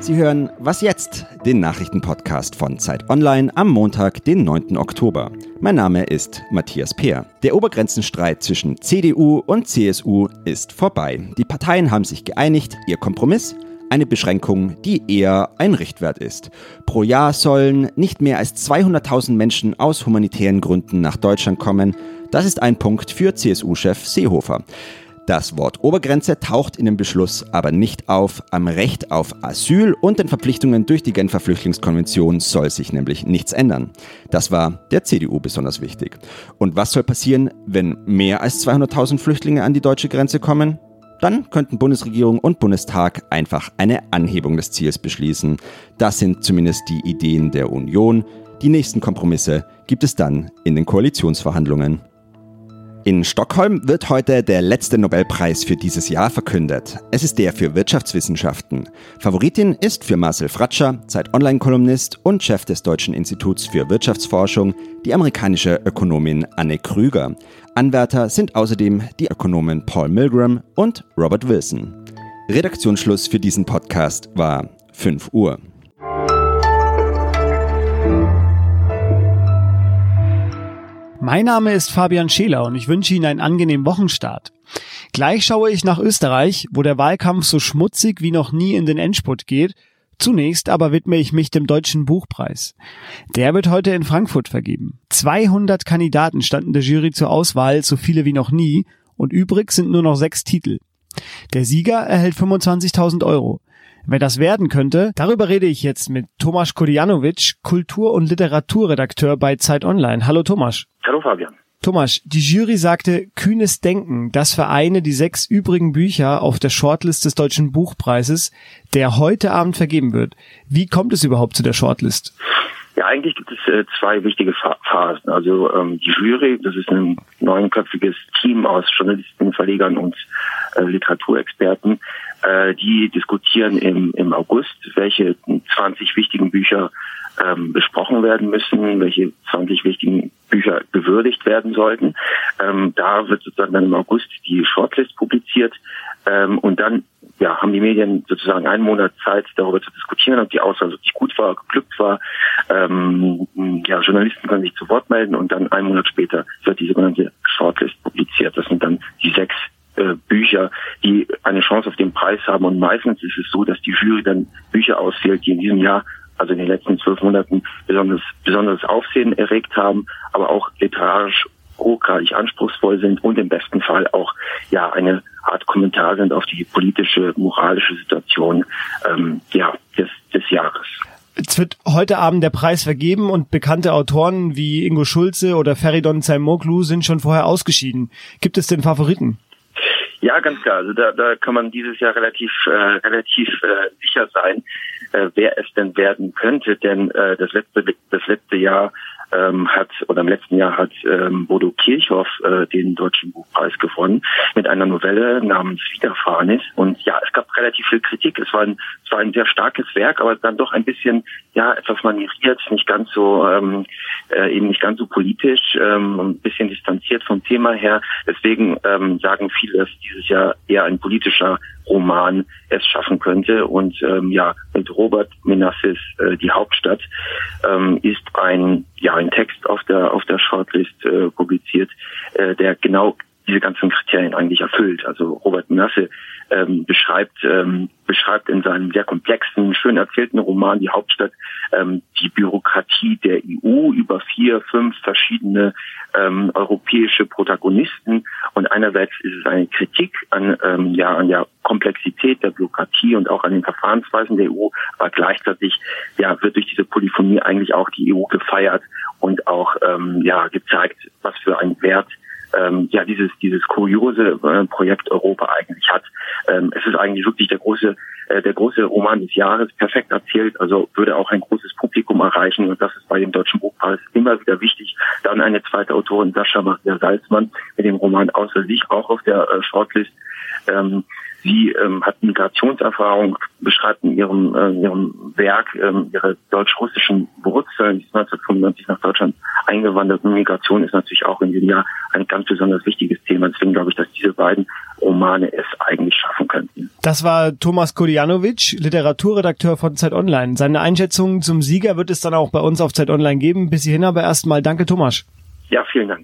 Sie hören Was jetzt? Den Nachrichtenpodcast von Zeit Online am Montag, den 9. Oktober. Mein Name ist Matthias Peer. Der Obergrenzenstreit zwischen CDU und CSU ist vorbei. Die Parteien haben sich geeinigt, ihr Kompromiss? Eine Beschränkung, die eher ein Richtwert ist. Pro Jahr sollen nicht mehr als 200.000 Menschen aus humanitären Gründen nach Deutschland kommen. Das ist ein Punkt für CSU-Chef Seehofer. Das Wort Obergrenze taucht in dem Beschluss aber nicht auf. Am Recht auf Asyl und den Verpflichtungen durch die Genfer Flüchtlingskonvention soll sich nämlich nichts ändern. Das war der CDU besonders wichtig. Und was soll passieren, wenn mehr als 200.000 Flüchtlinge an die deutsche Grenze kommen? Dann könnten Bundesregierung und Bundestag einfach eine Anhebung des Ziels beschließen. Das sind zumindest die Ideen der Union. Die nächsten Kompromisse gibt es dann in den Koalitionsverhandlungen. In Stockholm wird heute der letzte Nobelpreis für dieses Jahr verkündet. Es ist der für Wirtschaftswissenschaften. Favoritin ist für Marcel Fratscher, Zeit-Online-Kolumnist und Chef des Deutschen Instituts für Wirtschaftsforschung, die amerikanische Ökonomin Anne Krüger. Anwärter sind außerdem die Ökonomen Paul Milgram und Robert Wilson. Redaktionsschluss für diesen Podcast war 5 Uhr. Mein Name ist Fabian Scheler und ich wünsche Ihnen einen angenehmen Wochenstart. Gleich schaue ich nach Österreich, wo der Wahlkampf so schmutzig wie noch nie in den Endspurt geht. Zunächst aber widme ich mich dem Deutschen Buchpreis. Der wird heute in Frankfurt vergeben. 200 Kandidaten standen der Jury zur Auswahl, so viele wie noch nie, und übrig sind nur noch 6 Titel. Der Sieger erhält 25.000 Euro. Wer das werden könnte, darüber rede ich jetzt mit Tomasz Kulijanovic, Kultur- und Literaturredakteur bei Zeit Online. Hallo Tomasz. Hallo Fabian. Tomasz, die Jury sagte, kühnes Denken, das vereine die 6 übrigen Bücher auf der Shortlist des Deutschen Buchpreises, der heute Abend vergeben wird. Wie kommt es überhaupt zu der Shortlist? Ja, eigentlich gibt es 2 wichtige Phasen. Also die Jury, das ist ein 9-köpfiges Team aus Journalisten, Verlegern und Literaturexperten. Die diskutieren im August, welche 20 wichtigen Bücher besprochen werden müssen, welche 20 wichtigen Bücher gewürdigt werden sollten. Da wird sozusagen dann im August die Shortlist publiziert und dann haben die Medien sozusagen einen Monat Zeit, darüber zu diskutieren, ob die Auswahl wirklich gut war, geglückt war. Journalisten können sich zu Wort melden und dann einen Monat später wird die sogenannte Shortlist publiziert. Das sind dann die 6 Bücher, die eine Chance auf den Preis haben. Und meistens ist es so, dass die Jury dann Bücher auswählt, die in diesem Jahr, also in den letzten 12 Monaten, besonderes Aufsehen erregt haben, aber auch literarisch hochgradig anspruchsvoll sind und im besten Fall auch eine Art Kommentar sind auf die politische, moralische Situation des Jahres. Es wird heute Abend der Preis vergeben und bekannte Autoren wie Ingo Schulze oder Feridun Zeymoglu sind schon vorher ausgeschieden. Gibt es denn Favoriten? Ja, ganz klar. Also da kann man dieses Jahr relativ sicher sein, wer es denn werden könnte. Denn das letzte Jahr im letzten Jahr hat Bodo Kirchhoff den Deutschen Buchpreis gewonnen mit einer Novelle namens Widerfahrenes. Und es gab relativ viel Kritik. Es war ein sehr starkes Werk, aber dann doch ein bisschen etwas manieriert, nicht ganz so politisch, ein bisschen distanziert vom Thema her. Deswegen sagen viele, dass dieses Jahr eher ein politischer Roman es schaffen könnte. Und mit Robert Menasses Die Hauptstadt ist ein Text auf der Shortlist publiziert, der genau diese ganzen Kriterien eigentlich erfüllt. Also Robert Menasse beschreibt in seinem sehr komplexen, schön erzählten Roman Die Hauptstadt die Bürokratie der EU über 4, 5 verschiedene europäische Protagonisten. Und einerseits ist es eine Kritik an der Komplexität der Bürokratie und auch an den Verfahrensweisen der EU, aber gleichzeitig wird durch diese Polyphonie eigentlich auch die EU gefeiert und auch gezeigt, was für einen Wert dieses kuriose Projekt Europa eigentlich hat. Es ist eigentlich wirklich der große Roman des Jahres, perfekt erzählt, also würde auch ein großes Publikum erreichen und das ist bei dem Deutschen Buchpreis immer wieder wichtig. Dann eine zweite Autorin, Sascha Maria Salzmann, mit dem Roman Außer sich auch auf der Shortlist. Sie hat Migrationserfahrung, beschreibt in ihrem Werk ihre deutsch-russischen Wurzeln. Sie ist 1995 nach Deutschland eingewandert und Migration ist natürlich auch in diesem Jahr ein ganz besonders wichtiges Thema. Deswegen glaube ich, dass diese beiden Romane es eigentlich schaffen könnten. Das war Thomas Kolijanovic, Literaturredakteur von Zeit Online. Seine Einschätzung zum Sieger wird es dann auch bei uns auf Zeit Online geben. Bis hierhin aber erstmal danke, Thomas. Ja, vielen Dank.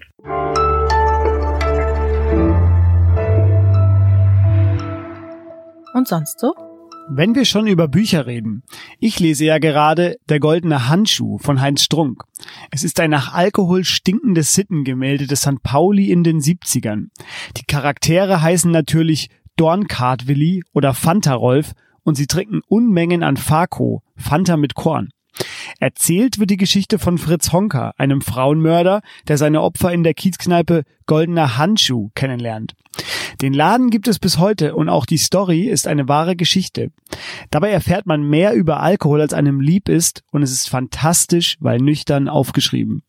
Und sonst so? Wenn wir schon über Bücher reden. Ich lese ja gerade Der goldene Handschuh von Heinz Strunk. Es ist ein nach Alkohol stinkendes Sittengemälde des St. Pauli in den 70ern. Die Charaktere heißen natürlich Dornkart Willi oder Fanta Rolf und sie trinken Unmengen an Fako, Fanta mit Korn. Erzählt wird die Geschichte von Fritz Honka, einem Frauenmörder, der seine Opfer in der Kiezkneipe Goldener Handschuh kennenlernt. Den Laden gibt es bis heute und auch die Story ist eine wahre Geschichte. Dabei erfährt man mehr über Alkohol, als einem lieb ist, und es ist fantastisch, weil nüchtern aufgeschrieben.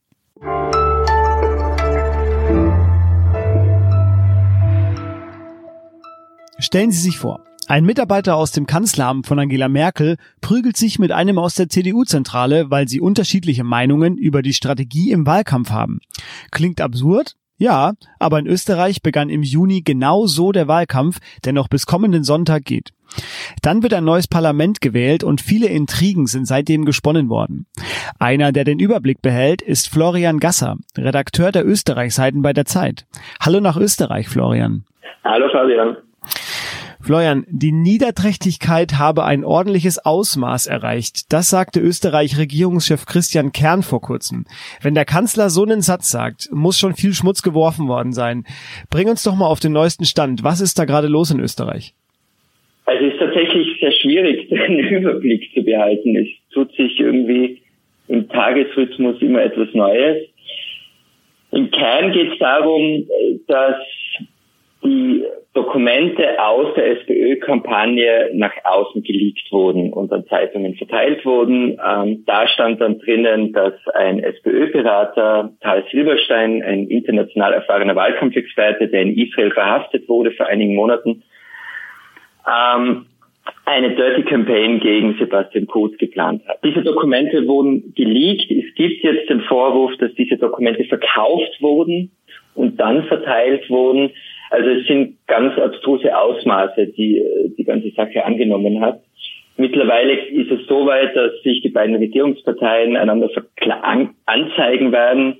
Stellen Sie sich vor, ein Mitarbeiter aus dem Kanzleramt von Angela Merkel prügelt sich mit einem aus der CDU-Zentrale, weil sie unterschiedliche Meinungen über die Strategie im Wahlkampf haben. Klingt absurd? Ja, aber in Österreich begann im Juni genau so der Wahlkampf, der noch bis kommenden Sonntag geht. Dann wird ein neues Parlament gewählt und viele Intrigen sind seitdem gesponnen worden. Einer, der den Überblick behält, ist Florian Gasser, Redakteur der Österreichseiten bei der Zeit. Hallo nach Österreich, Florian. Hallo, Fabian. Florian, die Niederträchtigkeit habe ein ordentliches Ausmaß erreicht. Das sagte Österreich-Regierungschef Christian Kern vor kurzem. Wenn der Kanzler so einen Satz sagt, muss schon viel Schmutz geworfen worden sein. Bring uns doch mal auf den neuesten Stand. Was ist da gerade los in Österreich? Also es ist tatsächlich sehr schwierig, den Überblick zu behalten. Es tut sich irgendwie im Tagesrhythmus immer etwas Neues. Im Kern geht es darum, dass die Dokumente aus der SPÖ-Kampagne nach außen geleakt wurden und an Zeitungen verteilt wurden. Da stand dann drinnen, dass ein SPÖ-Berater, Tal Silberstein, ein international erfahrener Wahlkampfexperte, der in Israel verhaftet wurde vor einigen Monaten, eine Dirty Campaign gegen Sebastian Kurz geplant hat. Diese Dokumente wurden geleakt. Es gibt jetzt den Vorwurf, dass diese Dokumente verkauft wurden und dann verteilt wurden. Also es sind ganz abstruse Ausmaße, die die ganze Sache angenommen hat. Mittlerweile ist es so weit, dass sich die beiden Regierungsparteien einander anzeigen werden.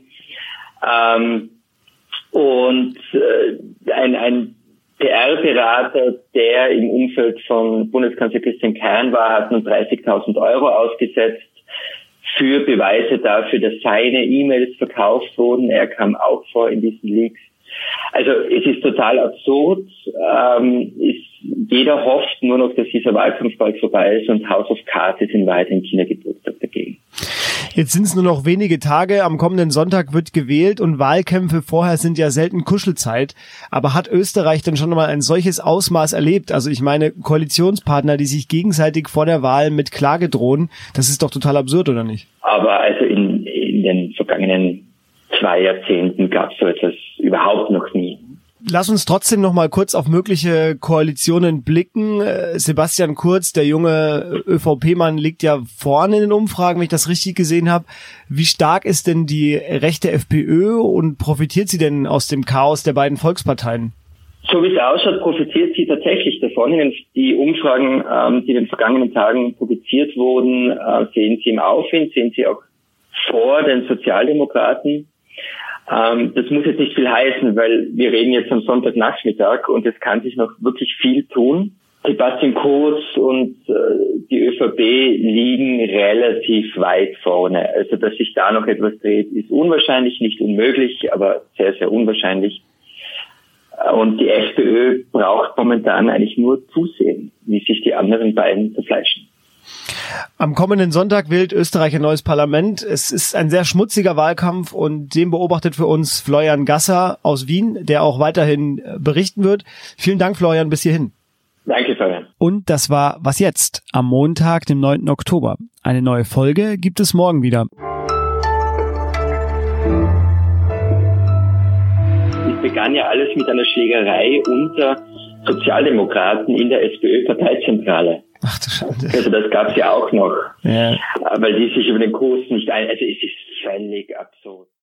Ein PR-Berater, der im Umfeld von Bundeskanzler Christian Kern war, hat nun 30.000 Euro ausgesetzt für Beweise dafür, dass seine E-Mails verkauft wurden. Er kam auch vor in diesen Leaks. Also es ist total absurd. Jeder hofft nur noch, dass dieser Wahlkampf bald vorbei ist und House of Cards ist in Wahrheit ein Kindergeburtstag dagegen. Jetzt sind es nur noch wenige Tage. Am kommenden Sonntag wird gewählt und Wahlkämpfe vorher sind ja selten Kuschelzeit. Aber hat Österreich denn schon mal ein solches Ausmaß erlebt? Also ich meine, Koalitionspartner, die sich gegenseitig vor der Wahl mit Klage drohen, das ist doch total absurd, oder nicht? Aber also in den vergangenen 2 Jahrzehnten gab es so etwas überhaupt noch nie. Lass uns trotzdem noch mal kurz auf mögliche Koalitionen blicken. Sebastian Kurz, der junge ÖVP-Mann, liegt ja vorne in den Umfragen, wenn ich das richtig gesehen habe. Wie stark ist denn die rechte FPÖ und profitiert sie denn aus dem Chaos der beiden Volksparteien? So wie es ausschaut, profitiert sie tatsächlich davon. Die Umfragen, die in den vergangenen Tagen publiziert wurden, sehen sie im Aufwind, sehen sie auch vor den Sozialdemokraten. Das muss jetzt nicht viel heißen, weil wir reden jetzt am Sonntagnachmittag und es kann sich noch wirklich viel tun. Sebastian Kurz und die ÖVP liegen relativ weit vorne. Also dass sich da noch etwas dreht, ist unwahrscheinlich, nicht unmöglich, aber sehr, sehr unwahrscheinlich. Und die FPÖ braucht momentan eigentlich nur zusehen, wie sich die anderen beiden zerfleischen. Am kommenden Sonntag wählt Österreich ein neues Parlament. Es ist ein sehr schmutziger Wahlkampf und den beobachtet für uns Florian Gasser aus Wien, der auch weiterhin berichten wird. Vielen Dank, Florian, bis hierhin. Danke, Florian. Und das war Was jetzt? Am Montag, dem 9. Oktober. Eine neue Folge gibt es morgen wieder. Es begann ja alles mit einer Schlägerei unter Sozialdemokraten in der SPÖ-Parteizentrale. Ach du Schande. Also das gab es ja auch noch, ja. Weil die sich über den Kurs nicht also es ist völlig absurd.